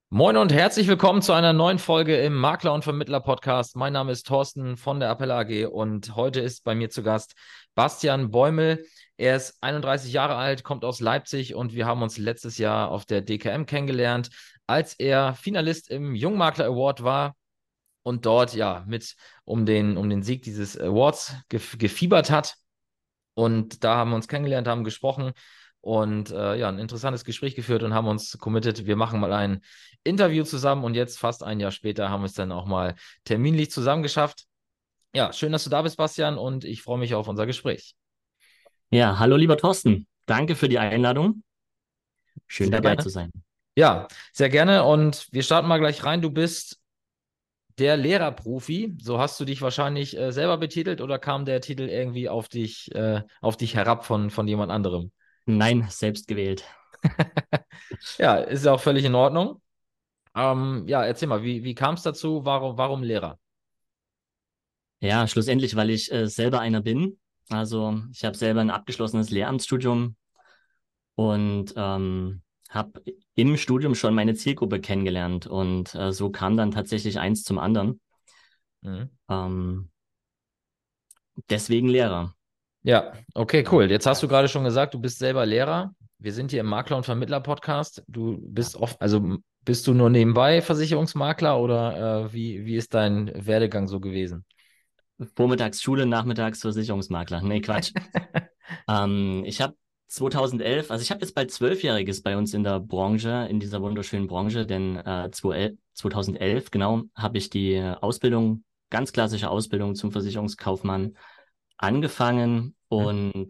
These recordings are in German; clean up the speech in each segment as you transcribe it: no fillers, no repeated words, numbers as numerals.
Moin und herzlich willkommen zu einer neuen Folge im Makler- und Vermittler-Podcast. Mein Name ist Thorsten von der Appella AG und heute ist bei mir zu Gast Bastian Bäumel. Er ist 31 Jahre alt, kommt aus Leipzig und wir haben uns letztes Jahr auf der DKM kennengelernt, als er Finalist im Jungmakler Award war und dort ja mit um den Sieg dieses Awards gefiebert hat. Und da haben wir uns kennengelernt, haben gesprochen und ja, ein interessantes Gespräch geführt und haben uns committed, wir machen mal ein Interview zusammen und jetzt fast ein Jahr später haben wir es dann auch mal terminlich zusammen geschafft. Ja, schön, dass du da bist, Bastian, und ich freue mich auf unser Gespräch. Ja, hallo lieber Thorsten. Danke für die Einladung. Schön Sehr dabei gerne. zu sein. Ja, sehr gerne und wir starten mal gleich rein. Du bist der Lehrerprofi, so hast du dich wahrscheinlich selber betitelt oder kam der Titel irgendwie auf dich herab von jemand anderem? Nein, selbst gewählt. Ja, ist ja auch völlig in Ordnung. Ja, erzähl mal, wie kam es dazu? Warum Lehrer? Ja, schlussendlich, weil ich selber einer bin. Also ich habe selber ein abgeschlossenes Lehramtsstudium und habe im Studium schon meine Zielgruppe kennengelernt. Und so kam dann tatsächlich eins zum anderen. Mhm. Ähm, deswegen Lehrer. Ja, okay, cool. Jetzt hast du gerade schon gesagt, du bist selber Lehrer. Wir sind hier im Makler- und Vermittler-Podcast. Du bist oft, also bist du nur nebenbei Versicherungsmakler oder wie ist dein Werdegang so gewesen? Vormittags Schule, nachmittags Versicherungsmakler. Nee, Quatsch. Ich habe 2011, also ich habe jetzt bald 12-Jähriges bei uns in der Branche, in dieser wunderschönen Branche, denn 2011, genau, habe ich die Ausbildung, ganz klassische Ausbildung zum Versicherungskaufmann angefangen Hm? und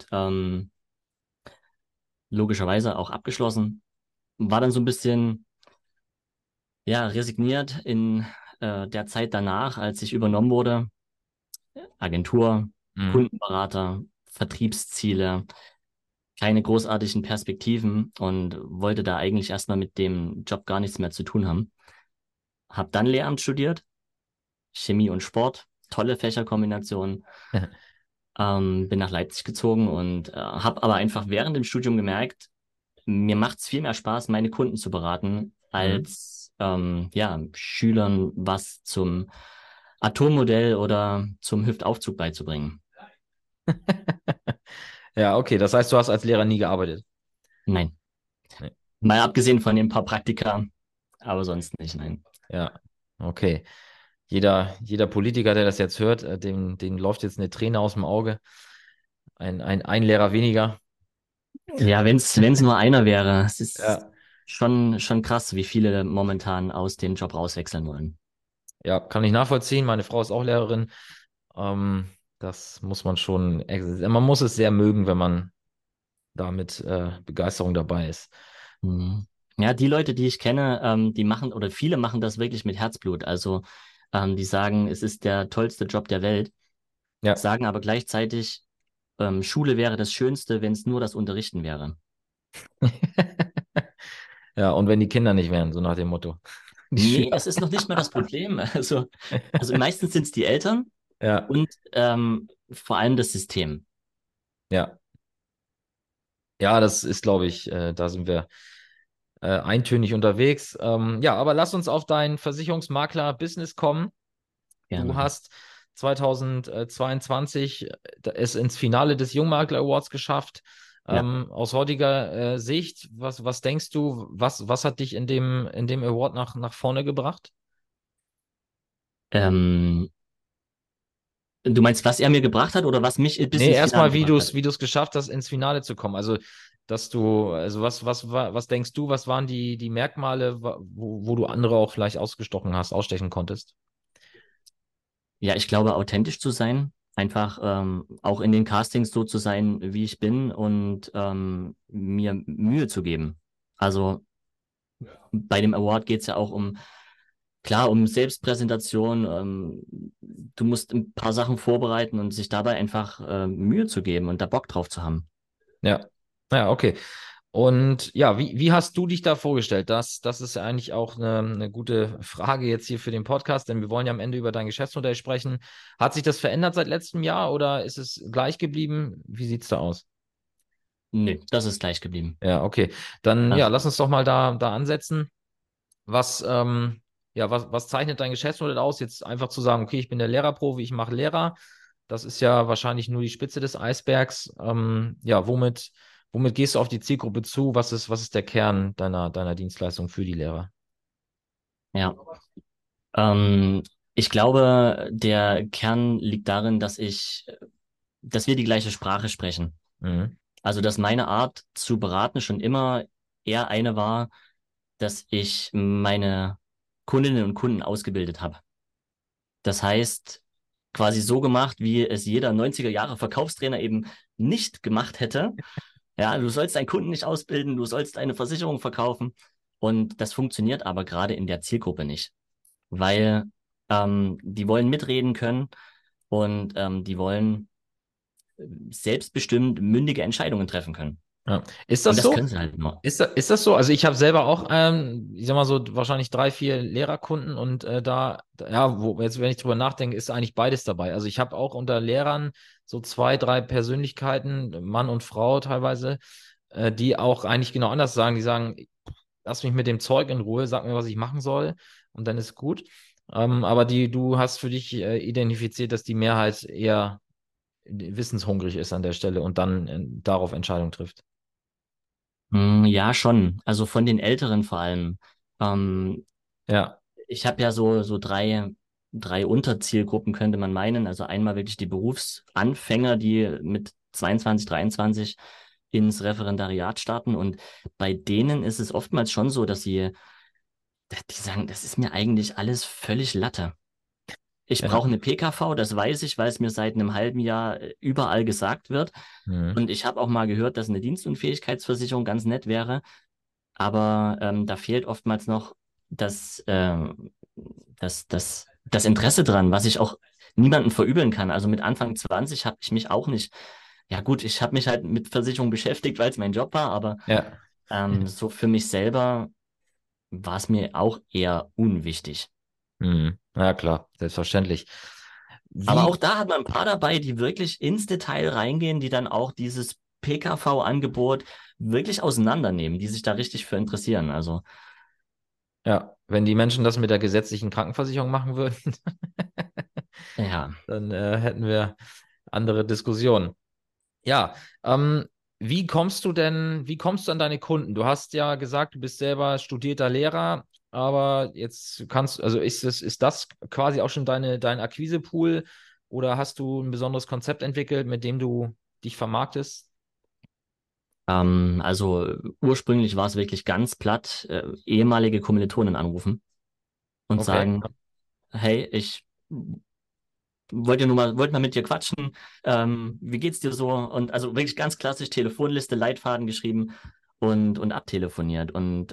logischerweise auch abgeschlossen. War dann so ein bisschen, ja, resigniert in der Zeit danach, als ich übernommen wurde. Agentur, Mhm. Kundenberater, Vertriebsziele, keine großartigen Perspektiven und wollte da eigentlich erstmal mit dem Job gar nichts mehr zu tun haben. Hab dann Lehramt studiert, Chemie und Sport, tolle Fächerkombination. Bin nach Leipzig gezogen und habe aber einfach während dem Studium gemerkt, mir macht es viel mehr Spaß, meine Kunden zu beraten, Mhm. als ja, Schülern was zum Atommodell oder zum Hüftaufzug beizubringen. Ja, okay, das heißt, du hast als Lehrer nie gearbeitet. Nein. Nee. Mal abgesehen von den paar Praktika, aber sonst nicht, nein. Ja, okay. Jeder Politiker, der das jetzt hört, dem läuft jetzt eine Träne aus dem Auge. Ein Lehrer weniger. Ja, wenn's nur einer wäre. Es ist Ja. schon krass, wie viele momentan aus dem Job rauswechseln wollen. Ja, kann ich nachvollziehen. Meine Frau ist auch Lehrerin. Das muss man schon, man muss es sehr mögen, wenn man da mit Begeisterung dabei ist. Mhm. Ja, die Leute, die ich kenne, die machen, oder viele machen das wirklich mit Herzblut. Also, die sagen, es ist der tollste Job der Welt, Ja. sagen aber gleichzeitig, Schule wäre das Schönste, wenn es nur das Unterrichten wäre. Ja, und wenn die Kinder nicht wären, so nach dem Motto. Die Nee, Schüler. es ist noch nicht mal das Problem. Also meistens sind es die Eltern Ja, und vor allem das System. ja. Ja, das ist, glaube ich, da sind wir eintönig unterwegs. Ja, aber lass uns auf dein Versicherungsmakler-Business kommen. Du Gerne. hast 2022 es ins Finale des Jungmakler Awards geschafft. Ja. Aus heutiger Sicht, was denkst du, was hat dich in dem Award nach vorne gebracht? Ähm, Du meinst, was er mir gebracht hat oder was mich bis Nee, ins Finale erstmal, wie gebracht du hat? es, wie du es geschafft hast, ins Finale zu kommen. Also, dass du, also was denkst du, was waren die Merkmale, wo du andere auch vielleicht ausgestochen hast, ausstechen konntest? Ja, ich glaube, authentisch zu sein, einfach auch in den Castings so zu sein, wie ich bin und mir Mühe zu geben. Also bei dem Award geht es ja auch um, klar, um Selbstpräsentation. Du musst ein paar Sachen vorbereiten und sich dabei einfach Mühe zu geben und da Bock drauf zu haben. Ja, ja, okay. Und ja, wie hast du dich da vorgestellt? Das ist ja eigentlich auch eine gute Frage jetzt hier für den Podcast, denn wir wollen ja am Ende über dein Geschäftsmodell sprechen. Hat sich das verändert seit letztem Jahr oder ist es gleich geblieben? Wie sieht's da aus? Nee, das ist gleich geblieben. Ja, okay. Dann ja, Also, lass uns doch mal da ansetzen. Was, ja, was zeichnet dein Geschäftsmodell aus? Jetzt einfach zu sagen, okay, ich bin der Lehrerprofi, ich mache Lehrer. Das ist ja wahrscheinlich nur die Spitze des Eisbergs. Ja, womit gehst du auf die Zielgruppe zu? Was ist der Kern deiner Dienstleistung für die Lehrer? Ja. Ähm, Ich glaube, der Kern liegt darin, dass wir die gleiche Sprache sprechen. Mhm. Also, dass meine Art zu beraten schon immer eher eine war, dass ich meine Kundinnen und Kunden ausgebildet habe. Das heißt, quasi so gemacht, wie es jeder 90er Jahre Verkaufstrainer eben nicht gemacht hätte. Ja, du sollst deinen Kunden nicht ausbilden, du sollst eine Versicherung verkaufen. Und das funktioniert aber gerade in der Zielgruppe nicht, weil die wollen mitreden können und die wollen selbstbestimmt mündige Entscheidungen treffen können. Ja. Ist Und das das so? können sie halt nur. Ist das so? Also ich habe selber auch, ich sag mal so, wahrscheinlich 3, 4 Lehrerkunden und ja, jetzt, wenn ich drüber nachdenke, ist eigentlich beides dabei. Also ich habe auch unter Lehrern so 2, 3 Persönlichkeiten, Mann und Frau teilweise, die auch eigentlich genau anders sagen. Die sagen, lass mich mit dem Zeug in Ruhe, sag mir, was ich machen soll und dann ist gut. Aber du hast für dich identifiziert, dass die Mehrheit eher wissenshungrig ist an der Stelle und dann darauf Entscheidungen trifft. Ja, schon. Also von den Älteren vor allem. Ähm, Ja. Ich habe ja so drei Unterzielgruppen, könnte man meinen. Also einmal wirklich die Berufsanfänger, die mit 22, 23 ins Referendariat starten. Und bei denen ist es oftmals schon so, dass die sagen, das ist mir eigentlich alles völlig Latte. Ich Ja. brauche eine PKV, das weiß ich, weil es mir seit einem halben Jahr überall gesagt wird. Mhm. Und ich habe auch mal gehört, dass eine Dienstunfähigkeitsversicherung ganz nett wäre. Aber da fehlt oftmals noch das, das Interesse dran, was ich auch niemandem verübeln kann. Also mit Anfang 20 habe ich mich auch nicht, ja gut, ich habe mich halt mit Versicherung beschäftigt, weil es mein Job war, aber Ja. so für mich selber war es mir auch eher unwichtig. Mhm. Ja, klar, selbstverständlich. Aber Wie, auch da hat man ein paar dabei, die wirklich ins Detail reingehen, die dann auch dieses PKV-Angebot wirklich auseinandernehmen, die sich da richtig für interessieren. Also ja, wenn die Menschen das mit der gesetzlichen Krankenversicherung machen würden, ja. dann hätten wir andere Diskussionen. Ja, wie kommst du an deine Kunden? Du hast ja gesagt, du bist selber studierter Lehrer, aber also ist das quasi auch schon dein Akquisepool oder hast du ein besonderes Konzept entwickelt, mit dem du dich vermarktest? Also ursprünglich war es wirklich ganz platt, ehemalige Kommilitonen anrufen und Okay. sagen, hey, ich wollte mal mit dir quatschen, wie geht's dir so? Und also wirklich ganz klassisch Telefonliste, Leitfaden geschrieben und abtelefoniert. Und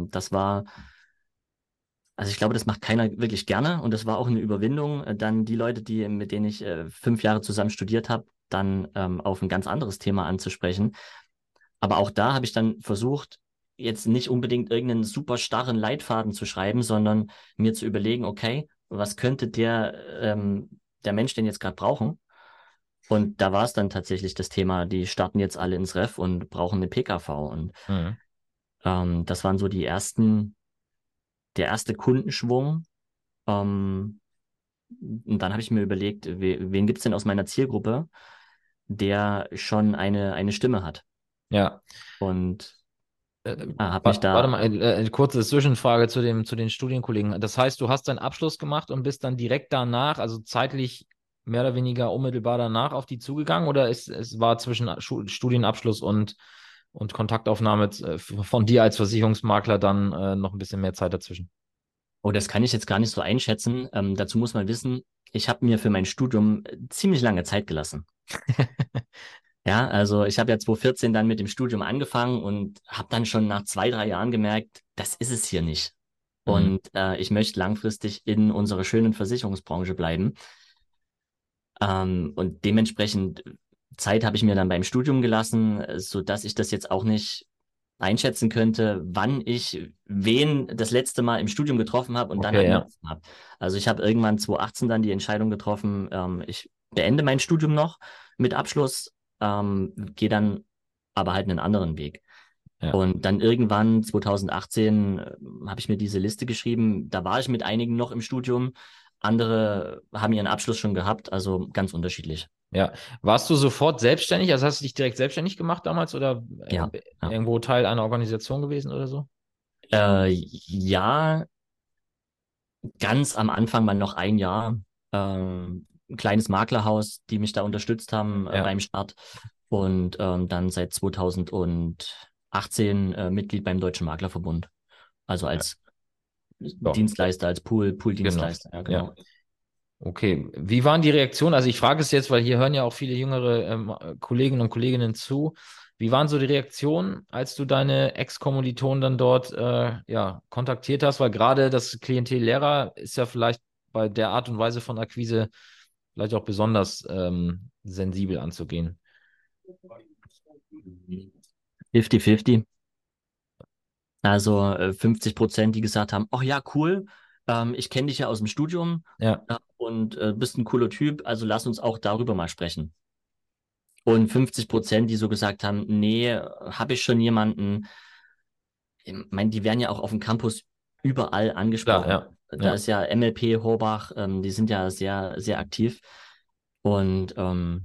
also ich glaube, das macht keiner wirklich gerne und das war auch eine Überwindung, dann die Leute, mit denen ich 5 Jahre zusammen studiert habe, dann auf ein ganz anderes Thema anzusprechen. Aber auch da habe ich dann versucht, jetzt nicht unbedingt irgendeinen super starren Leitfaden zu schreiben, sondern mir zu überlegen, okay, was könnte der Mensch denn jetzt gerade brauchen? Und da war es dann tatsächlich das Thema, die starten jetzt alle ins Ref und brauchen eine PKV. Und Mhm. das waren so der erste Kundenschwung. Ähm, und dann habe ich mir überlegt, wen gibt's denn aus meiner Zielgruppe, der schon eine Stimme hat? Ja. Und Äh, habe mich Warte da. mal, eine kurze Zwischenfrage zu den Studienkollegen. Das heißt, du hast deinen Abschluss gemacht und bist dann direkt danach, also zeitlich mehr oder weniger unmittelbar danach auf die zugegangen oder es war zwischen Studienabschluss und Kontaktaufnahme von dir als Versicherungsmakler dann noch ein bisschen mehr Zeit dazwischen? Oh, das kann ich jetzt gar nicht so einschätzen. Dazu muss man wissen, ich habe mir für mein Studium ziemlich lange Zeit gelassen. Ja, also ich habe ja 2014 dann mit dem Studium angefangen und habe dann schon nach 2, 3 Jahren gemerkt, das ist es hier nicht. Mhm. Und ich möchte langfristig in unserer schönen Versicherungsbranche bleiben. Und dementsprechend Zeit habe ich mir dann beim Studium gelassen, so dass ich das jetzt auch nicht einschätzen könnte, wann ich wen das letzte Mal im Studium getroffen habe und dann Okay, ja. angerufen habe. Also ich habe irgendwann 2018 dann die Entscheidung getroffen, ich beende mein Studium noch mit Abschluss, gehe dann aber halt einen anderen Weg. Ja. Und dann irgendwann 2018 habe ich mir diese Liste geschrieben. Da war ich mit einigen noch im Studium. Andere haben ihren Abschluss schon gehabt, also ganz unterschiedlich. Ja. Warst du sofort selbstständig? Also hast du dich direkt selbstständig gemacht damals oder Ja, ja. irgendwo Teil einer Organisation gewesen oder so? Ja, ganz am Anfang mal noch ein Jahr. Ein kleines Maklerhaus, die mich da unterstützt haben Ja. beim Start. Und dann seit 2018 Mitglied beim Deutschen Maklerverbund. Also als Ja, Dienstleister, als genau. Pool-Dienstleister, ja, Ja. genau. Okay. Wie waren die Reaktionen? Also ich frage es jetzt, weil hier hören ja auch viele jüngere Kollegen und Kolleginnen zu. Wie waren so die Reaktionen, als du deine Ex-Kommilitonen dann dort ja, kontaktiert hast? Weil gerade das Klientel Lehrer ist ja vielleicht bei der Art und Weise von Akquise vielleicht auch besonders sensibel anzugehen. 50-50. Also 50%, die gesagt haben, oh ja, cool, ich kenne dich ja aus dem Studium Ja, und bist ein cooler Typ, also lass uns auch darüber mal sprechen. Und 50%, die so gesagt haben, nee, habe ich schon jemanden. Ich meine, die werden ja auch auf dem Campus überall klar, angesprochen. ja. Da Ja. ist ja MLP, Horbach, die sind ja sehr, sehr aktiv. Und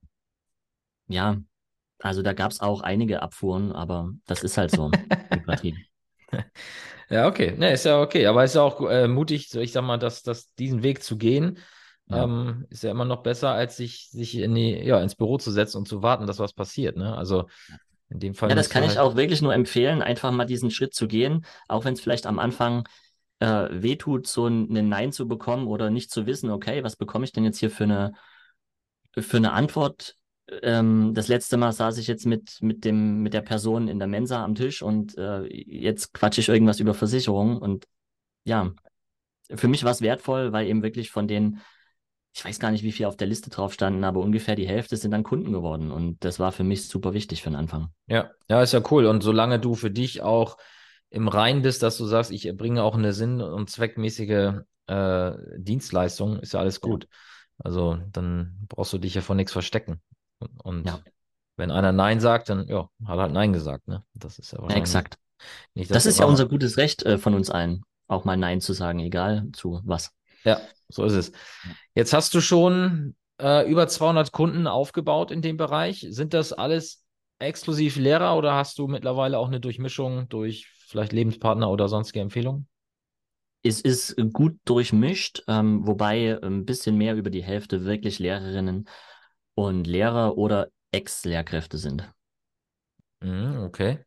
ja, also da gab es auch einige Abfuhren, aber das ist halt so übertrieben. Ja, okay. Ne, ist ja okay. Aber ist ja auch mutig, so ich sag mal, diesen Weg zu gehen, Ja. ist ja immer noch besser, als sich ja, ins Büro zu setzen und zu warten, dass was passiert, ne? Also in dem Fall Ja, das musst du kann ich halt, auch wirklich nur empfehlen, einfach mal diesen Schritt zu gehen, auch wenn es vielleicht am Anfang wehtut, so ein Nein zu bekommen oder nicht zu wissen, okay, was bekomme ich denn jetzt hier für eine Antwort. Das letzte Mal saß ich jetzt mit der Person in der Mensa am Tisch und jetzt quatsche ich irgendwas über Versicherungen und ja, für mich war es wertvoll, weil eben wirklich von den, ich weiß gar nicht, wie viel auf der Liste drauf standen, aber ungefähr die Hälfte sind dann Kunden geworden und das war für mich super wichtig für den Anfang. ja, ja, ist ja cool. Und solange du für dich auch im Reinen bist, dass du sagst, ich erbringe auch eine sinn- und zweckmäßige Dienstleistung, ist ja alles Ja, gut. Also dann brauchst du dich ja vor nichts verstecken. ja, Und wenn einer Nein sagt, dann ja, hat er halt Nein gesagt, ne? Das ist ja ja, wahrscheinlich exakt. nicht das Das ist ja Dilemma. unser gutes Recht von uns allen, auch mal Nein zu sagen, egal zu was. Ja, so ist es. Jetzt hast du schon über 200 Kunden aufgebaut in dem Bereich. Sind das alles exklusiv Lehrer oder hast du mittlerweile auch eine Durchmischung durch vielleicht Lebenspartner oder sonstige Empfehlungen? Es ist gut durchmischt, wobei ein bisschen mehr über die Hälfte wirklich Lehrerinnen und Lehrer oder Ex-Lehrkräfte sind. Mhm, okay.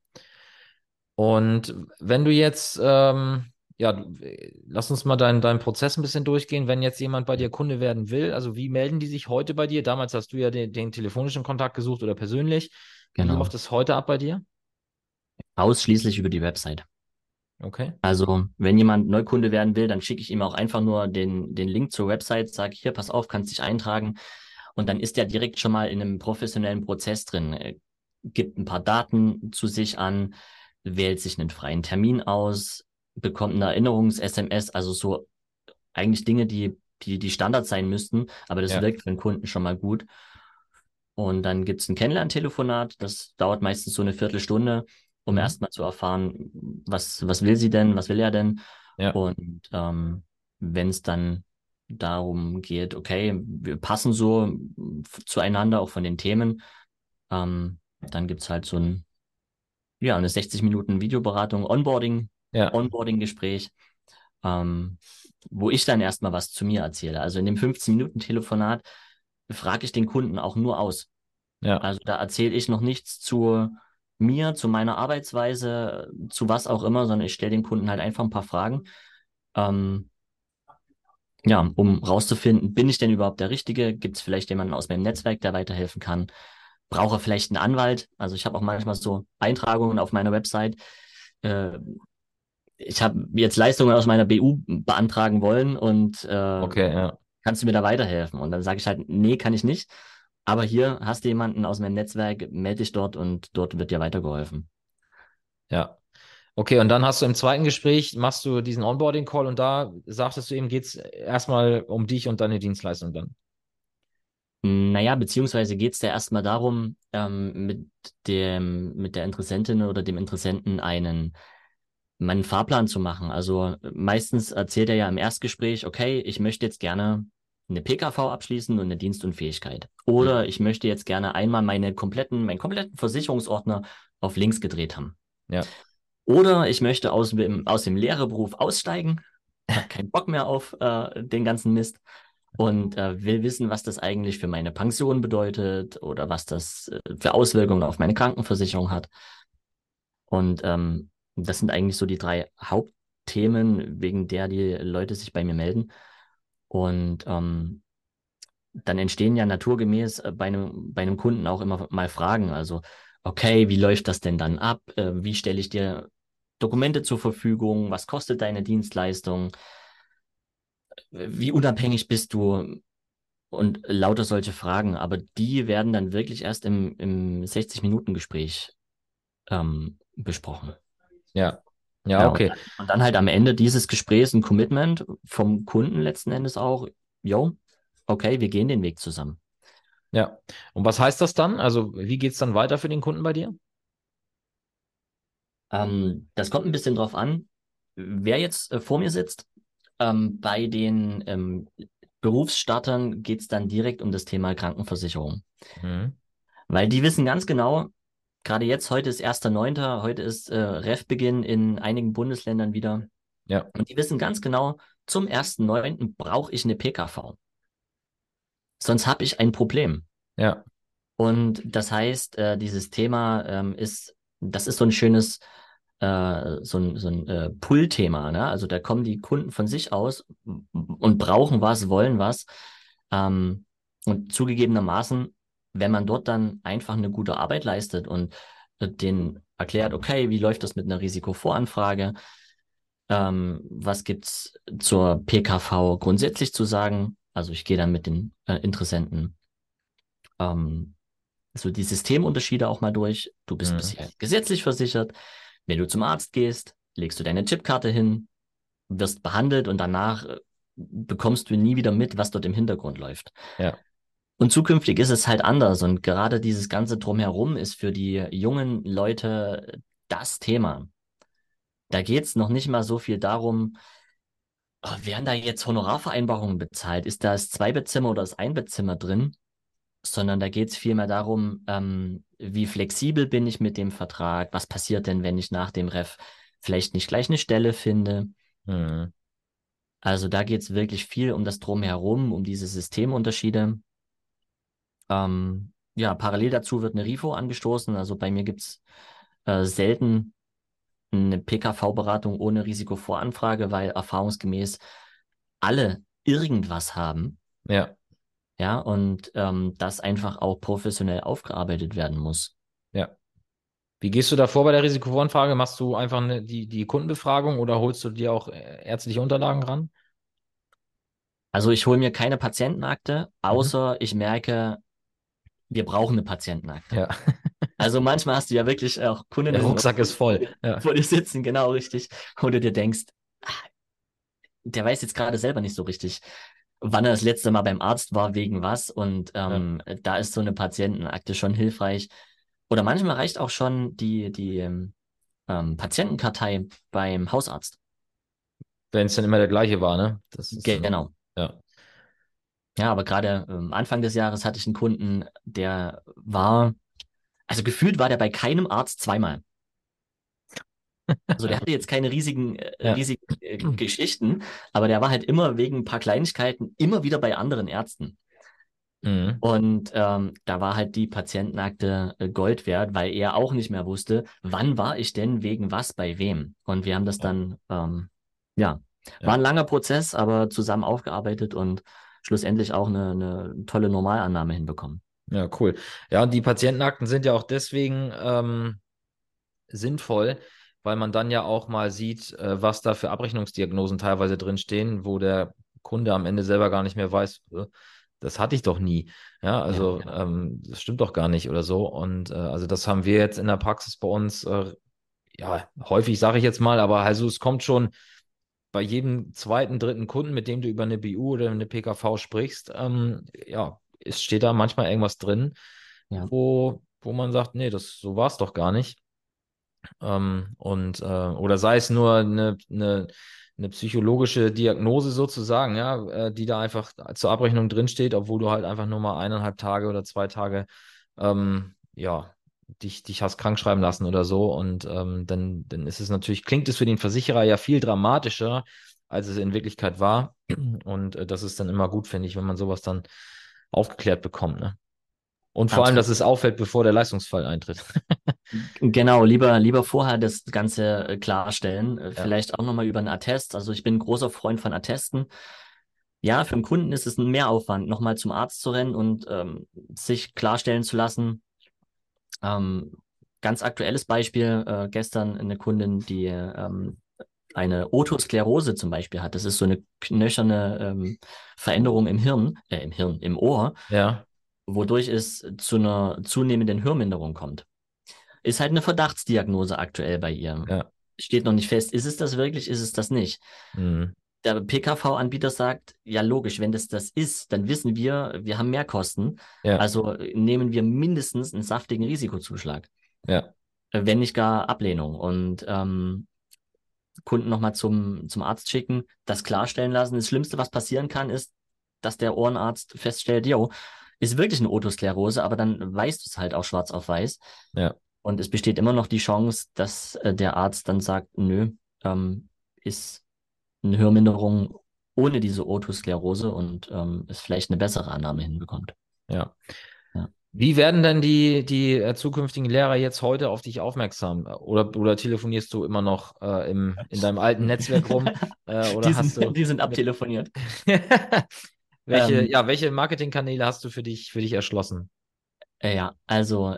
Und wenn du jetzt, ja, lass uns mal deinen Prozess ein bisschen durchgehen. Wenn jetzt jemand bei dir Kunde werden will, also wie melden die sich heute bei dir? Damals hast du ja den telefonischen Kontakt gesucht oder persönlich. Wie Genau. läuft es heute ab bei dir? Ausschließlich über die Website. Okay. Also, wenn jemand Neukunde werden will, dann schicke ich ihm auch einfach nur den Link zur Website, sage hier, pass auf, kannst dich eintragen. Und dann ist er direkt schon mal in einem professionellen Prozess drin. Er gibt ein paar Daten zu sich an, wählt sich einen freien Termin aus, bekommt eine Erinnerungs-SMS, also so eigentlich Dinge, die Standard sein müssten, aber das Ja. wirkt für den Kunden schon mal gut. Und dann gibt's ein Kennenlerntelefonat, das dauert meistens so eine Viertelstunde, um Mhm. erstmal zu erfahren, was will sie denn, was will er denn? Ja. Und wenn es dann darum geht, okay, wir passen so zueinander, auch von den Themen, dann gibt's halt so ja, eine 60 Minuten Videoberatung, Ja. Onboarding-Gespräch, ähm, wo ich dann erstmal was zu mir erzähle. Also in dem 15 Minuten Telefonat frage ich den Kunden auch nur aus. Ja. Also da erzähle ich noch nichts zu mir, zu meiner Arbeitsweise, zu was auch immer, sondern ich stelle dem Kunden halt einfach ein paar Fragen, ähm, ja, um rauszufinden, bin ich denn überhaupt der Richtige? Gibt es vielleicht jemanden aus meinem Netzwerk, der weiterhelfen kann? Brauche vielleicht einen Anwalt? Also ich habe auch manchmal so Eintragungen auf meiner Website. Äh, Ich habe jetzt Leistungen aus meiner BU beantragen wollen und Okay, ja. kannst du mir da weiterhelfen? Und dann sage ich halt, nee, kann ich nicht. Aber hier hast du jemanden aus meinem Netzwerk, melde dich dort und dort wird dir weitergeholfen. Ja. Okay, und dann hast du im zweiten Gespräch, machst du diesen Onboarding-Call und da sagtest du ihm, geht's erstmal um dich und deine Dienstleistung dann. Naja, beziehungsweise geht es da erstmal darum, mit der Interessentin oder dem Interessenten meinen Fahrplan zu machen. Also meistens erzählt er ja im Erstgespräch, okay, ich möchte jetzt gerne eine PKV abschließen und eine Dienstunfähigkeit. Mhm. Oder ich möchte jetzt gerne einmal meinen kompletten Versicherungsordner auf links gedreht haben. Ja, Oder ich möchte aus dem Lehrerberuf aussteigen, habe keinen Bock mehr auf den ganzen Mist und will wissen, was das eigentlich für meine Pension bedeutet oder was das für Auswirkungen auf meine Krankenversicherung hat. Und das sind eigentlich so die drei Hauptthemen, wegen der die Leute sich bei mir melden. Und dann entstehen ja naturgemäß bei einem Kunden auch immer mal Fragen. Also, okay, wie läuft das denn dann ab? Wie stelle ich dir Dokumente zur Verfügung? Was kostet deine Dienstleistung? Wie unabhängig bist du? Und lauter solche Fragen. Aber die werden dann wirklich erst im 60-Minuten-Gespräch besprochen. ja, ja, Ja, okay. und dann halt am Ende dieses Gesprächs ein Commitment vom Kunden letzten Endes auch, yo, okay, wir gehen den Weg zusammen. Ja. Und was heißt das dann? Also, wie geht es dann weiter für den Kunden bei dir? Das kommt ein bisschen drauf an, wer jetzt vor mir sitzt. Bei den Berufsstartern geht es dann direkt um das Thema Krankenversicherung. Mhm. Weil die wissen ganz genau, gerade jetzt, heute ist 1.9., heute ist Revbeginn in einigen Bundesländern wieder. Ja, Und die wissen ganz genau, zum 1.9. brauche ich eine PKV. Sonst habe ich ein Problem. ja. Und das heißt, dieses Thema das ist so ein schönes, so ein Pull-Thema, ne? Also da kommen die Kunden von sich aus und brauchen was, wollen was. Ähm, und zugegebenermaßen, wenn man dort dann einfach eine gute Arbeit leistet und denen erklärt, okay, wie läuft das mit einer Risikovoranfrage? Was gibt's zur PKV grundsätzlich zu sagen? Also ich gehe dann mit den Interessenten ähm, so die Systemunterschiede auch mal durch. Du bist Mhm. bisher gesetzlich versichert. Wenn du zum Arzt gehst, legst du deine Chipkarte hin, wirst behandelt und danach bekommst du nie wieder mit, was dort im Hintergrund läuft. Ja, Und zukünftig ist es halt anders. Und gerade dieses ganze Drumherum ist für die jungen Leute das Thema. Da geht's noch nicht mal so viel darum, werden da jetzt Honorarvereinbarungen bezahlt? Ist da das Zweibettzimmer oder das Einbettzimmer drin? Sondern da geht es vielmehr darum, wie flexibel bin ich mit dem Vertrag? Was passiert denn, wenn ich nach dem Ref vielleicht nicht gleich eine Stelle finde? mhm. Also da geht es wirklich viel um das Drumherum, um diese Systemunterschiede. Ja, parallel dazu wird eine RIFO angestoßen. Also bei mir gibt es selten eine PKV-Beratung ohne Risikovoranfrage, weil erfahrungsgemäß alle irgendwas haben. Ja, Ja, und das einfach auch professionell aufgearbeitet werden muss. ja. Wie gehst du da vor bei der Risikovoranfrage? Machst du einfach die Kundenbefragung oder holst du dir auch ärztliche Unterlagen ran? Also ich hole mir keine Patientenakte, Mhm. außer ich merke, wir brauchen eine Patientenakte. Ja, Also manchmal hast du ja wirklich auch der Kundinnen oder Rucksack ist Kunden voll. Ja, vor dir sitzen, genau richtig, wo du dir denkst, ah, der weiß jetzt gerade selber nicht so richtig, wann er das letzte Mal beim Arzt war, wegen was. Und ja, da ist so eine Patientenakte schon hilfreich. Oder manchmal reicht auch schon die Patientenkartei beim Hausarzt. wenn es dann immer der gleiche war, ne? Das ist dann, Genau. ja. Ja, aber gerade Anfang des Jahres hatte ich einen Kunden, der war, also gefühlt war der bei keinem Arzt zweimal. Also der hatte jetzt keine Ja. riesigen Geschichten, aber der war halt immer wegen ein paar Kleinigkeiten immer wieder bei anderen Ärzten. Mhm. Und da war halt die Patientenakte Gold wert, weil er auch nicht mehr wusste, wann war ich denn wegen was bei wem. Und wir haben das Ja, dann, ja, war ein ja. langer Prozess, aber zusammen aufgearbeitet und schlussendlich auch eine tolle Normalannahme hinbekommen. Ja, cool. Ja, und die Patientenakten sind ja auch deswegen sinnvoll, weil man dann ja auch mal sieht, was da für Abrechnungsdiagnosen teilweise drin stehen, wo der Kunde am Ende selber gar nicht mehr weiß, das hatte ich doch nie. Ja, Ja, also genau. das stimmt doch gar nicht oder so. Und also das haben wir jetzt in der Praxis bei uns, ja, häufig sage ich jetzt mal, aber also es kommt schon bei jedem zweiten, dritten Kunden, mit dem du über eine BU oder eine PKV sprichst, ja, steht da manchmal irgendwas drin, Ja, wo man sagt, nee, so war es doch gar nicht. Oder sei es nur eine psychologische Diagnose sozusagen, ja, die da einfach zur Abrechnung drinsteht, obwohl du halt einfach nur mal 1,5 Tage oder 2 Tage, ja, dich hast krank schreiben lassen oder so. Und dann ist es natürlich, klingt es für den Versicherer ja viel dramatischer, als es in Wirklichkeit war. Und das ist dann immer gut, finde ich, wenn man sowas dann aufgeklärt bekommt, ne? Und vor allem, dass absolut. es auffällt, bevor der Leistungsfall eintritt. Genau, lieber vorher das Ganze klarstellen. Ja, Vielleicht auch nochmal über einen Attest. Also ich bin ein großer Freund von Attesten. Ja, für den Kunden ist es ein Mehraufwand, nochmal zum Arzt zu rennen und sich klarstellen zu lassen. Ähm, Ganz aktuelles Beispiel, gestern eine Kundin, die eine Otosklerose zum Beispiel hat. Das ist so eine knöcherne Veränderung im Ohr, ja, wodurch es zu einer zunehmenden Hörminderung kommt. Ist halt eine Verdachtsdiagnose aktuell bei ihr. ja. Steht noch nicht fest, ist es das wirklich, ist es das nicht? Mhm. Der PKV-Anbieter sagt, ja logisch, wenn das ist, dann wissen wir haben Mehrkosten. Ja, Also nehmen wir mindestens einen saftigen Risikozuschlag, ja, wenn nicht gar Ablehnung. Und Kunden nochmal zum Arzt schicken, das klarstellen lassen. Das Schlimmste, was passieren kann, ist, dass der Ohrenarzt feststellt, jo, ist wirklich eine Otosklerose, aber dann weißt du es halt auch schwarz auf weiß. ja, Und es besteht immer noch die Chance, dass der Arzt dann sagt, nö, ist eine Hörminderung ohne diese Otosklerose und es vielleicht eine bessere Annahme hinbekommt. ja. Ja. Wie werden denn die zukünftigen Lehrer jetzt heute auf dich aufmerksam? Oder telefonierst du immer noch in deinem alten Netzwerk rum? Die Oder hast sind, du die sind mit abtelefoniert. welche, Ähm, ja, welche Marketingkanäle hast du für dich erschlossen? ja, also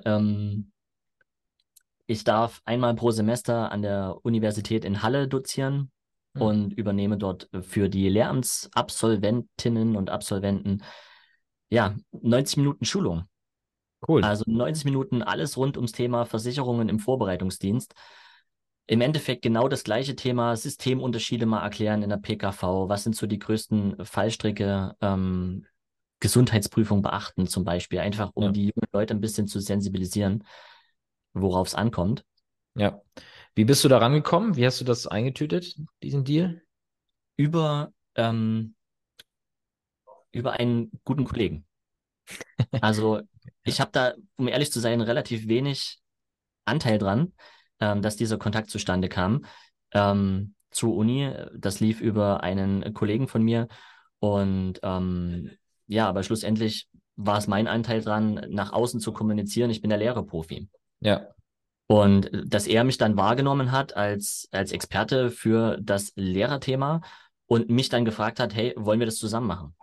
ich darf einmal pro Semester an der Universität in Halle dozieren Hm, und übernehme dort für die Lehramtsabsolventinnen und Absolventen ja 90 Minuten Schulung. cool. Also 90 Minuten alles rund ums Thema Versicherungen im Vorbereitungsdienst. Im Endeffekt genau das gleiche Thema, Systemunterschiede mal erklären in der PKV. Was sind so die größten Fallstricke? Gesundheitsprüfung beachten zum Beispiel, einfach um Ja, die jungen Leute ein bisschen zu sensibilisieren, worauf es ankommt. ja. Wie bist du da rangekommen? Wie hast du das eingetütet, diesen Deal? Über, ähm, über einen guten Kollegen. Also Ja, ich habe da, um ehrlich zu sein, relativ wenig Anteil dran, dass dieser Kontakt zustande kam. Zur Uni, das lief über einen Kollegen von mir und ja, aber schlussendlich war es mein Anteil dran, nach außen zu kommunizieren. Ich bin der Lehrerprofi. ja. Und dass er mich dann wahrgenommen hat als Experte für das Lehrerthema und mich dann gefragt hat, hey, wollen wir das zusammen machen?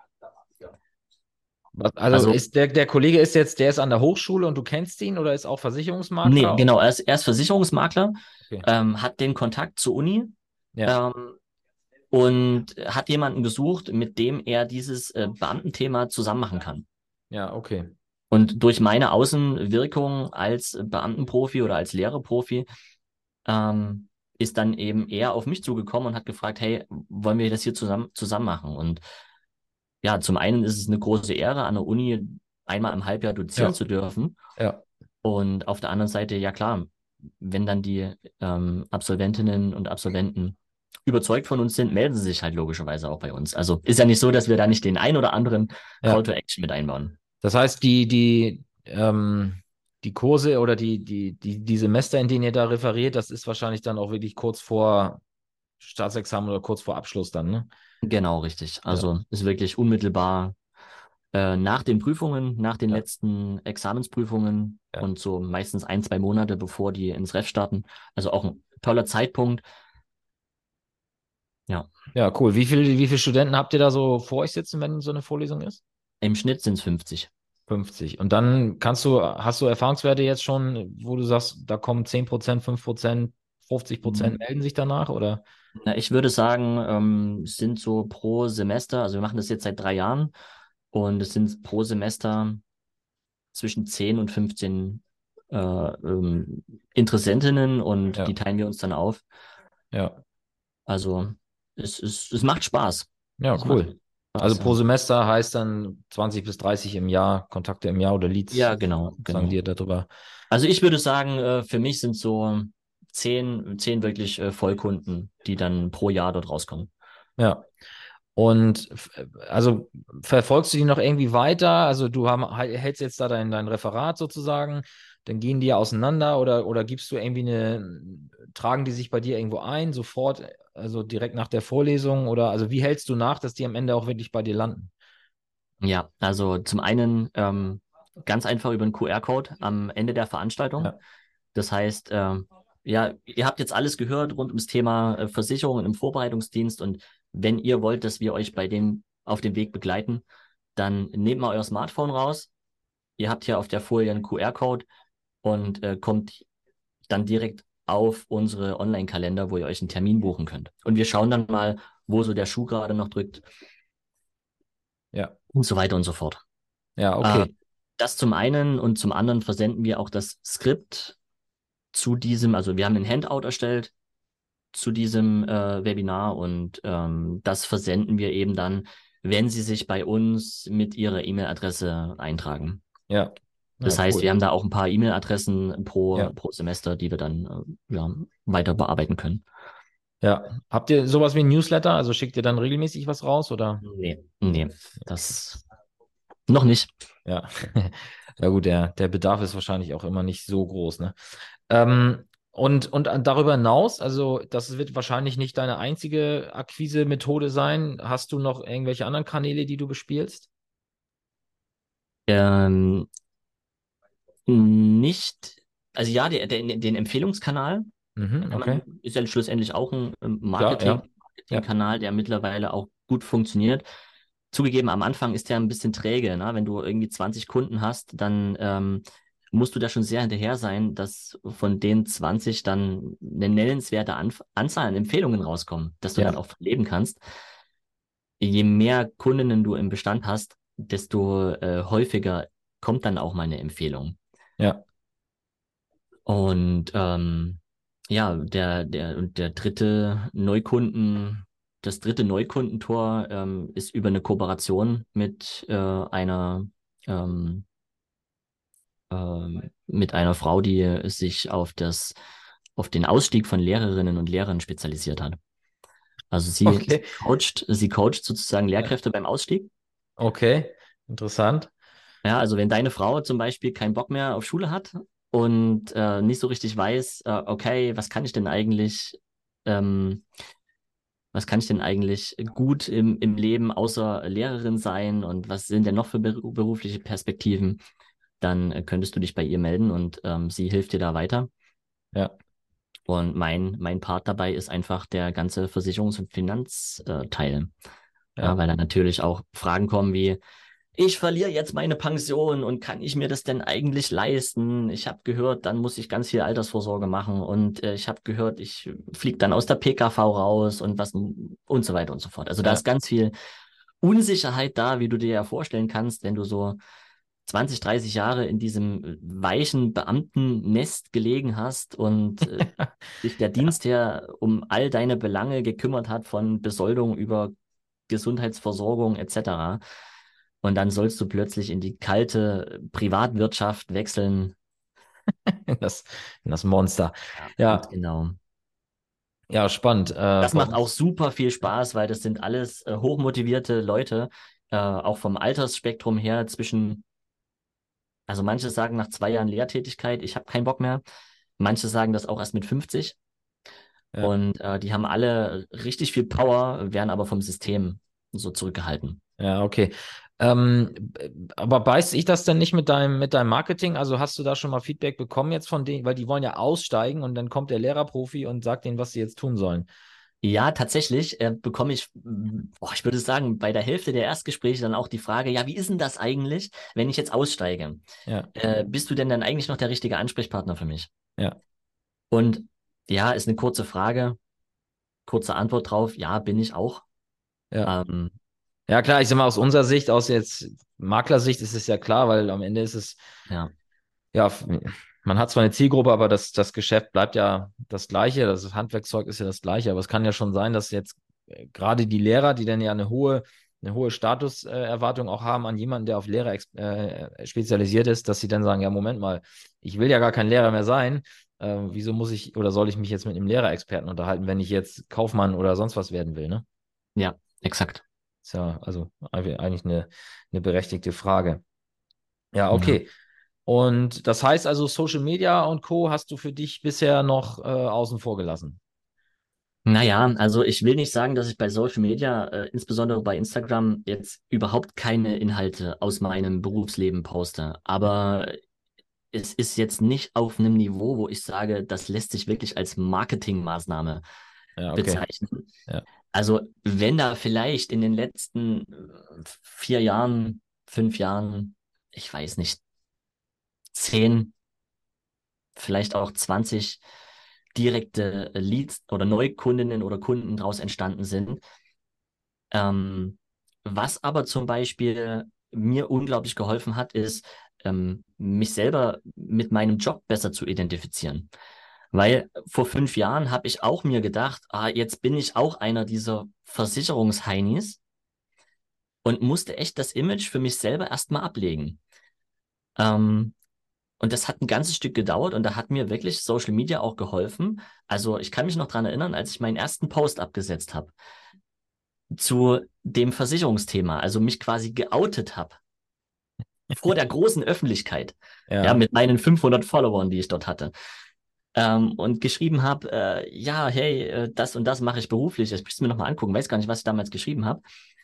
Also Also, ist der Kollege ist jetzt, der ist an der Hochschule und du kennst ihn oder ist auch nee, Versicherungsmakler? genau, er ist Versicherungsmakler, Okay. hat den Kontakt zur Uni Ja, ähm, und hat jemanden gesucht, mit dem er dieses Beamtenthema zusammen machen kann. ja, okay. Und durch meine Außenwirkung als Beamtenprofi oder als Lehrerprofi ähm, ist dann eben er auf mich zugekommen und hat gefragt, hey, wollen wir das hier zusammen machen? Und ja, zum einen ist es eine große Ehre, an der Uni einmal im Halbjahr dozieren Ja, zu dürfen. ja, Und auf der anderen Seite, ja klar, wenn dann die Absolventinnen und Absolventen überzeugt von uns sind, melden sie sich halt logischerweise auch bei uns. Also ist ja nicht so, dass wir da nicht den ein oder anderen Call ja. to Action mit einbauen. Das heißt, die Kurse oder die Semester, in denen ihr da referiert, das ist wahrscheinlich dann auch wirklich kurz vor Staatsexamen oder kurz vor Abschluss dann, ne? Genau, richtig. Ja, Also ist wirklich unmittelbar nach den Prüfungen, nach den ja, letzten Examensprüfungen ja. und so meistens 1, 2 Monate, bevor die ins Ref starten. Also auch ein toller Zeitpunkt. Ja, Ja, cool. Wie viele Studenten habt ihr da so vor euch sitzen, wenn so eine Vorlesung ist? im Schnitt sind es 50. 50. Und dann hast du Erfahrungswerte jetzt schon, wo du sagst, da kommen 10%, 5%, 50% Mhm. melden sich danach, oder? Na, ich würde sagen, es sind so pro Semester, also wir machen das jetzt seit 3 Jahren und es sind pro Semester zwischen 10 und 15 Interessentinnen und die Ja, teilen wir uns dann auf. ja, Also es macht Spaß. ja, Es macht cool. Also war's, pro ja. Semester heißt dann 20 bis 30 im Jahr, Kontakte im Jahr oder Leads, Ja, genau, sagen genau. dir darüber. Also ich würde sagen, für mich sind so zehn wirklich Vollkunden, die dann pro Jahr dort rauskommen. Ja. Und also verfolgst du die noch irgendwie weiter? Also hältst jetzt da dein Referat sozusagen, dann gehen die ja auseinander oder gibst du irgendwie tragen die sich bei dir irgendwo ein, sofort, also direkt nach der Vorlesung oder also wie hältst du nach, dass die am Ende auch wirklich bei dir landen? Ja, also zum einen ganz einfach über einen QR-Code am Ende der Veranstaltung. Ja, Das heißt, ja, ihr habt jetzt alles gehört rund ums Thema Versicherungen im Vorbereitungsdienst und wenn ihr wollt, dass wir euch bei dem auf dem Weg begleiten, dann nehmt mal euer Smartphone raus. Ihr habt hier auf der Folie einen QR-Code und kommt dann direkt auf unsere Online-Kalender, wo ihr euch einen Termin buchen könnt. Und wir schauen dann mal, wo so der Schuh gerade noch drückt ja, und so weiter und so fort. ja, Äh, okay. Das zum einen und zum anderen versenden wir auch das Skript zu diesem, also wir haben ein Handout erstellt zu diesem Webinar und das versenden wir eben dann, wenn Sie sich bei uns mit Ihrer E-Mail-Adresse eintragen. Ja, ja, Das heißt, cool. wir haben da auch ein paar E-Mail-Adressen Ja, pro Semester, die wir dann ja, weiter bearbeiten können. ja. Habt ihr sowas wie ein Newsletter? Also schickt ihr dann regelmäßig was raus oder? Nee, nee, das noch nicht. Ja. Ja gut, der Bedarf ist wahrscheinlich auch immer nicht so groß, ne? Und darüber hinaus, also das wird wahrscheinlich nicht deine einzige Akquise-Methode sein. Hast du noch irgendwelche anderen Kanäle, die du bespielst? Ähm, Nicht, also ja, den Empfehlungskanal, Mhm, kann okay. man, ist ja schlussendlich auch ein Klar, ja. Ja, Marketingkanal, der mittlerweile auch gut funktioniert. Zugegeben, am Anfang ist der ein bisschen träge, ne? Wenn du irgendwie 20 Kunden hast, dann musst du da schon sehr hinterher sein, dass von den 20 dann eine nennenswerte Anzahl an Empfehlungen rauskommen, dass du dann ja, auch leben kannst. Je mehr Kundinnen du im Bestand hast, desto häufiger kommt dann auch mal eine Empfehlung. ja, Und ja, der das dritte Neukundentor ist über eine Kooperation ähm, mit einer Frau, die sich auf den Ausstieg von Lehrerinnen und Lehrern spezialisiert hat. Also okay. sie coacht sozusagen Ja, Lehrkräfte beim Ausstieg. okay. Interessant. Ja, also wenn deine Frau zum Beispiel keinen Bock mehr auf Schule hat und nicht so richtig weiß, okay, ähm, was kann ich denn eigentlich gut im Leben außer Lehrerin sein und was sind denn noch für berufliche Perspektiven, dann könntest du dich bei ihr melden und sie hilft dir da weiter. Ja, Und mein Part dabei ist einfach der ganze Versicherungs- und Finanzteil. Ja, ja. weil dann natürlich auch Fragen kommen wie, ich verliere jetzt meine Pension und kann ich mir das denn eigentlich leisten? Ich habe gehört, dann muss ich ganz viel Altersvorsorge machen und ich habe gehört, ich fliege dann aus der PKV raus und was und so weiter und so fort. Also da Ja. ist ganz viel Unsicherheit da, wie du dir ja vorstellen kannst, wenn du so 20, 30 Jahre in diesem weichen Beamtennest gelegen hast und sich der Ja. Dienstherr um all deine Belange gekümmert hat, von Besoldung über Gesundheitsversorgung etc. Und dann sollst du plötzlich in die kalte Privatwirtschaft wechseln. Das, das Monster. Ja, und Ja, genau. ja, spannend. Das Bei macht auch uns. super viel Ja, Spaß, weil das sind alles hochmotivierte Leute, auch vom Altersspektrum her also manche sagen nach 2 Jahren Lehrtätigkeit, ich habe keinen Bock mehr. Manche sagen das auch erst mit 50. ja. Und die haben alle richtig viel Power, werden aber vom System so zurückgehalten. Ja, okay. Aber beißt sich das denn nicht mit deinem Marketing? Also hast du da schon mal Feedback bekommen jetzt von denen, weil die wollen ja aussteigen und dann kommt der Lehrerprofi und sagt denen, was sie jetzt tun sollen. Ja, tatsächlich bekomme ich, boah, ich würde sagen, bei der Hälfte der Erstgespräche dann auch die Frage, ja, wie ist denn das eigentlich, wenn ich jetzt aussteige? Ja, Bist du denn dann eigentlich noch der richtige Ansprechpartner für mich? ja, Und ja, ist eine kurze Frage, kurze Antwort drauf, ja, bin ich auch. ja. Ähm, Ja, klar, ich sag mal, aus unserer Sicht, aus jetzt Maklersicht ist es ja klar, weil am Ende ist es, ja, ja, man hat zwar eine Zielgruppe, aber das Geschäft bleibt ja das Gleiche. Das Handwerkszeug ist ja das Gleiche. Aber es kann ja schon sein, dass jetzt gerade die Lehrer, die dann ja eine hohe eine hohe Statuserwartung auch haben an jemanden, der auf Lehrer spezialisiert ist, dass sie dann sagen, ja, Moment mal, ich will ja gar kein Lehrer mehr sein. Wieso muss ich oder soll ich mich jetzt mit einem Lehrerexperten unterhalten, wenn ich jetzt Kaufmann oder sonst was werden will, ne? Ja, exakt. Ist ja also eigentlich eine berechtigte Frage. Ja, Ja. okay. Und das heißt also, Social Media und Co. hast du für dich bisher noch außen vor gelassen. Naja, also ich will nicht sagen, dass ich bei Social Media, insbesondere bei Instagram, jetzt überhaupt keine Inhalte aus meinem Berufsleben poste. Aber es ist jetzt nicht auf einem Niveau, wo ich sage, das lässt sich wirklich als Marketingmaßnahme Ja, okay. bezeichnen. Ja, Also wenn da vielleicht in den letzten 4 Jahren, 5 Jahren, ich weiß nicht, 10, vielleicht auch 20 direkte Leads oder Neukundinnen oder Kunden daraus entstanden sind. Ähm, Was aber zum Beispiel mir unglaublich geholfen hat, ist, mich selber mit meinem Job besser zu identifizieren. Weil vor 5 Jahren habe ich auch mir gedacht, jetzt bin ich auch einer dieser Versicherungsheinis und musste echt das Image für mich selber erstmal ablegen. Ähm, und das hat ein ganzes Stück gedauert und da hat mir wirklich Social Media auch geholfen. Also ich kann mich noch dran erinnern, als ich meinen ersten Post abgesetzt habe zu dem Versicherungsthema, also mich quasi geoutet habe vor der großen Öffentlichkeit, ja, ja, mit meinen 500 Followern, die ich dort hatte. Und geschrieben habe, ja, hey, das und das mache ich beruflich. Ich müsste mir nochmal angucken, weiß gar nicht, was ich damals geschrieben habe.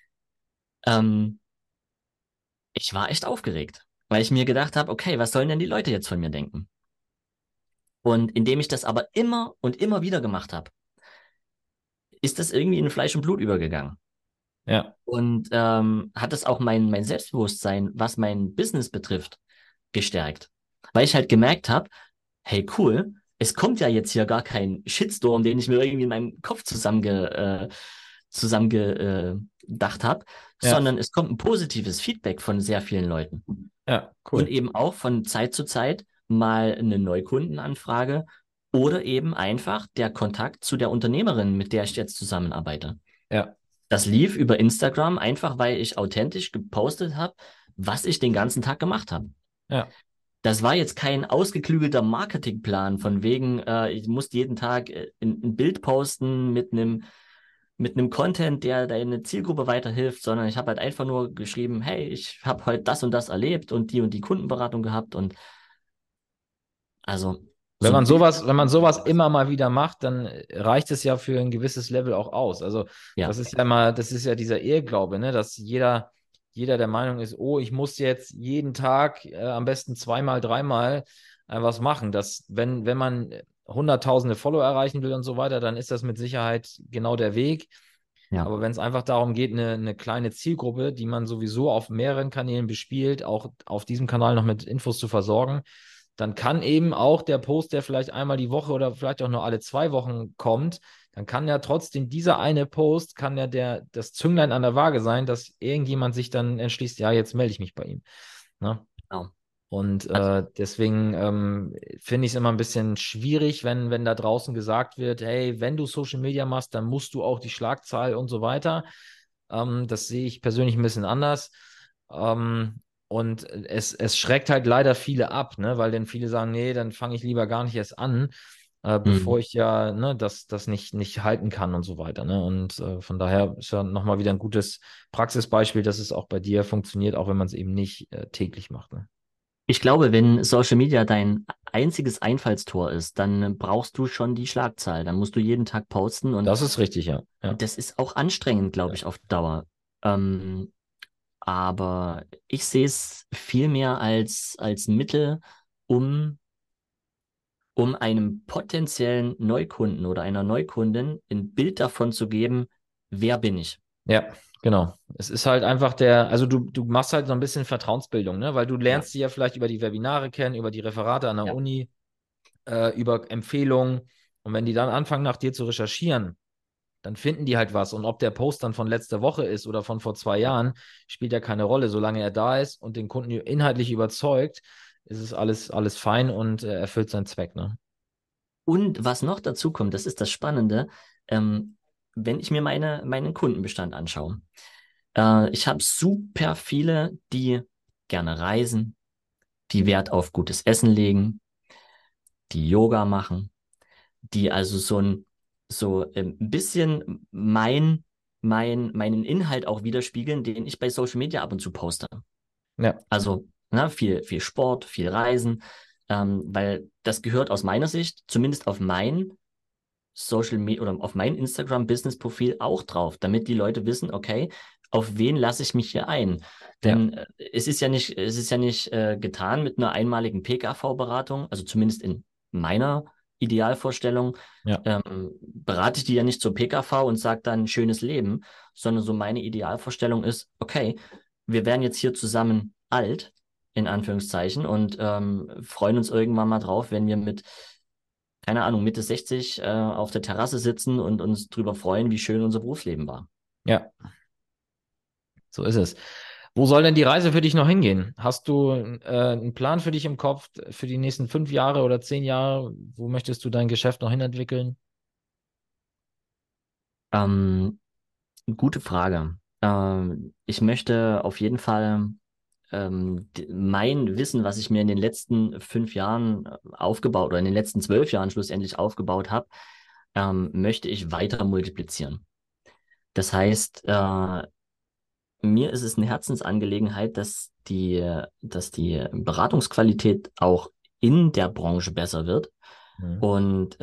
Ähm, Ich war echt aufgeregt, weil ich mir gedacht habe, okay, was sollen denn die Leute jetzt von mir denken? Und indem ich das aber immer und immer wieder gemacht habe, ist das irgendwie in Fleisch und Blut übergegangen. ja, Und hat es auch mein Selbstbewusstsein, was mein Business betrifft, gestärkt. Weil ich halt gemerkt habe, hey cool, es kommt ja jetzt hier gar kein Shitstorm, den ich mir irgendwie in meinem Kopf zusammengedacht habe, ja, sondern es kommt ein positives Feedback von sehr vielen Leuten. ja, Und cool. eben auch von Zeit zu Zeit mal eine Neukundenanfrage oder eben einfach der Kontakt zu der Unternehmerin, mit der ich jetzt zusammenarbeite. Ja, Das lief über Instagram, einfach weil ich authentisch gepostet habe, was ich den ganzen Tag gemacht habe. ja, Das war jetzt kein ausgeklügelter Marketingplan von wegen, ich muss jeden Tag ein Bild posten mit einem Content, der deine Zielgruppe weiterhilft, sondern ich habe halt einfach nur geschrieben, hey, ich habe heute das und das erlebt und die Kundenberatung gehabt und also so ein Bild. Wenn man sowas immer mal wieder macht, dann reicht es ja für ein gewisses Level auch aus. Also, Ja, das ist ja mal, das ist ja dieser Irrglaube, ne, dass jeder der Meinung ist, oh, ich muss jetzt jeden Tag, am besten zweimal, dreimal was machen. Wenn man hunderttausende Follower erreichen will und so weiter, dann ist das mit Sicherheit genau der Weg. ja, Aber wenn es einfach darum geht, eine kleine Zielgruppe, die man sowieso auf mehreren Kanälen bespielt, auch auf diesem Kanal noch mit Infos zu versorgen, dann kann eben auch der Post, der vielleicht einmal die Woche oder vielleicht auch nur alle 2 Wochen kommt, dann kann ja trotzdem dieser eine Post, kann ja das Zünglein an der Waage sein, dass irgendjemand sich dann entschließt, ja, jetzt melde ich mich bei ihm. Ne? genau. Und Also, deswegen finde ich es immer ein bisschen schwierig, wenn da draußen gesagt wird, hey, wenn du Social Media machst, dann musst du auch die Schlagzahl und so weiter. Das sehe ich persönlich ein bisschen anders. Und es schreckt halt leider viele ab, ne? Weil dann viele sagen, nee, dann fange ich lieber gar nicht erst an, hm. bevor ich ja ne, das nicht halten kann und so weiter. Ne? Und von daher ist ja nochmal wieder ein gutes Praxisbeispiel, dass es auch bei dir funktioniert, auch wenn man es eben nicht täglich macht. Ne? Ich glaube, wenn Social Media dein einziges Einfallstor ist, dann brauchst du schon die Schlagzahl. Dann musst du jeden Tag posten und Das ist richtig, ja. Ja, das ist auch anstrengend, glaube ja, ich, auf Dauer. Ähm, aber ich sehe es viel mehr als Mittel, um, um einem potenziellen Neukunden oder einer Neukundin ein Bild davon zu geben, wer bin ich. ja, genau. Es ist halt einfach also du machst halt so ein bisschen Vertrauensbildung, ne? Weil du Ja, lernst sie ja vielleicht über die Webinare kennen, über die Referate an der ja. Uni, über Empfehlungen. Und wenn die dann anfangen, nach dir zu recherchieren, dann finden die halt was. Und ob der Post dann von letzter Woche ist oder von vor 2 Jahren, spielt ja keine Rolle. Solange er da ist und den Kunden inhaltlich überzeugt, ist es alles fein und erfüllt seinen Zweck, ne? Und was noch dazu kommt, das ist das Spannende, ähm, wenn ich mir meinen Kundenbestand anschaue. Ich habe super viele, die gerne reisen, die Wert auf gutes Essen legen, die Yoga machen, die also ein bisschen meinen Inhalt auch widerspiegeln, den ich bei Social Media ab und zu poste. Ja, Also viel Sport, viel Reisen, weil das gehört aus meiner Sicht, zumindest auf mein Social Media oder auf mein Instagram-Business-Profil auch drauf, damit die Leute wissen, okay, auf wen lasse ich mich hier ein? ja, Denn es ist ja nicht getan mit einer einmaligen PKV-Beratung, also zumindest in meiner Idealvorstellung, ja, berate ich die ja nicht zur PKV und sage dann schönes Leben, sondern so meine Idealvorstellung ist, okay, wir werden jetzt hier zusammen alt, in Anführungszeichen, und freuen uns irgendwann mal drauf, wenn wir mit keine Ahnung, Mitte 60 auf der Terrasse sitzen und uns drüber freuen, wie schön unser Berufsleben war. ja, so ist es. Wo soll denn die Reise für dich noch hingehen? Hast du einen Plan für dich im Kopf für die nächsten 5 Jahre oder 10 Jahre? Wo möchtest du dein Geschäft noch hinentwickeln? Ähm, Gute Frage. Ich möchte auf jeden Fall mein Wissen, was ich mir in den letzten 5 Jahren aufgebaut oder in den letzten 12 Jahren schlussendlich aufgebaut habe, möchte ich weiter multiplizieren. Das heißt, mir ist es eine Herzensangelegenheit, dass die Beratungsqualität auch in der Branche besser wird. Mhm. Und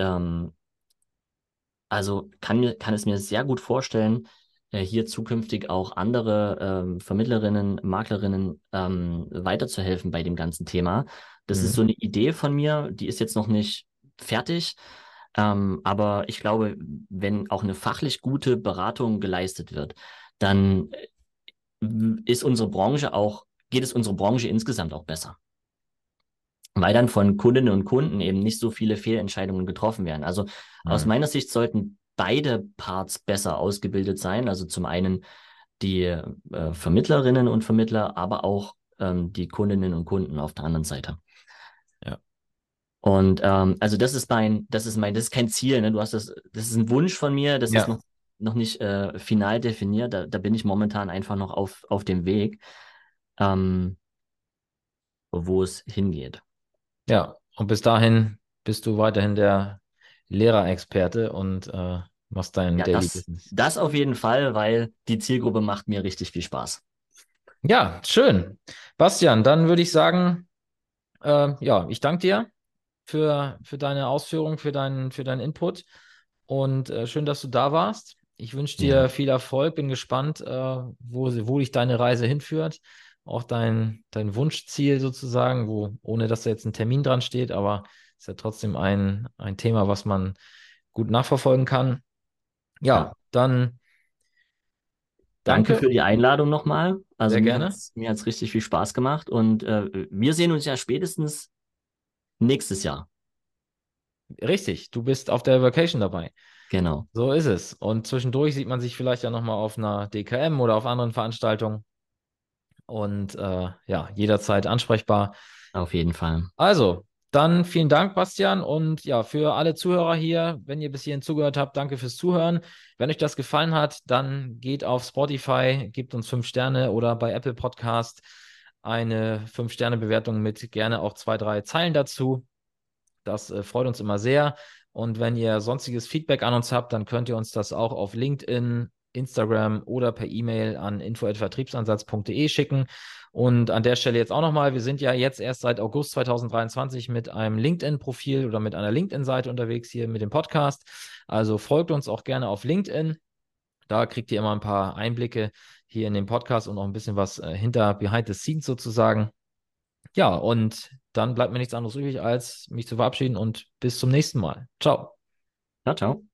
also kann es mir sehr gut vorstellen, hier zukünftig auch andere Vermittlerinnen, Maklerinnen weiterzuhelfen bei dem ganzen Thema. Das ist Mhm. so eine Idee von mir, die ist jetzt noch nicht fertig, aber ich glaube, wenn auch eine fachlich gute Beratung geleistet wird, dann geht es unserer Branche insgesamt auch besser. Weil dann von Kundinnen und Kunden eben nicht so viele Fehlentscheidungen getroffen werden. Also aus Mhm. meiner Sicht sollten beide Parts besser ausgebildet sein. Also zum einen die Vermittlerinnen und Vermittler, aber auch die Kundinnen und Kunden auf der anderen Seite. Ja. Und also das ist kein Ziel, ne? Das ist ein Wunsch von mir, das ist Ja. noch nicht final definiert. Da bin ich momentan einfach noch auf dem Weg, ähm, wo es hingeht. Ja. Und bis dahin bist du weiterhin der Lehrerexperte und machst dein Ja, Daily das, Business. das auf jeden Fall, weil die Zielgruppe macht mir richtig viel Spaß. Ja, schön. Bastian, dann würde ich sagen, ja, ich danke dir für deine Ausführungen, für deinen Input und schön, dass du da warst. Ich wünsche Ja, dir viel Erfolg, bin gespannt, wo dich deine Reise hinführt. Auch dein Wunschziel sozusagen, ohne dass da jetzt ein Termin dran steht, aber ist ja trotzdem ein Thema, was man gut nachverfolgen kann. ja. Ja, dann Danke danke, für die Einladung nochmal. Also sehr mir gerne. hat's, mir hat's richtig viel Spaß gemacht und wir sehen uns ja spätestens nächstes Jahr. Richtig, du bist auf der Vacation dabei. Genau, So ist es. Und zwischendurch sieht man sich vielleicht ja nochmal auf einer DKM oder auf anderen Veranstaltungen. Und ja, jederzeit ansprechbar. auf jeden Fall. Also, dann vielen Dank, Bastian. Und ja, für alle Zuhörer hier, wenn ihr bis hierhin zugehört habt, danke fürs Zuhören. Wenn euch das gefallen hat, dann geht auf Spotify, gebt uns 5 Sterne oder bei Apple Podcast eine 5 Sterne Bewertung mit gerne auch 2, 3 Zeilen dazu. Das freut uns immer sehr. Und wenn ihr sonstiges Feedback an uns habt, dann könnt ihr uns das auch auf LinkedIn, Instagram oder per E-Mail an info@vertriebsansatz.de schicken. Und an der Stelle jetzt auch nochmal, wir sind ja jetzt erst seit August 2023 mit einem LinkedIn-Profil oder mit einer LinkedIn-Seite unterwegs hier mit dem Podcast. Also folgt uns auch gerne auf LinkedIn. Da kriegt ihr immer ein paar Einblicke hier in den Podcast und auch ein bisschen was hinter Behind the Scenes sozusagen. Ja, und dann bleibt mir nichts anderes übrig, als mich zu verabschieden und bis zum nächsten Mal. Ciao. Ciao, ciao.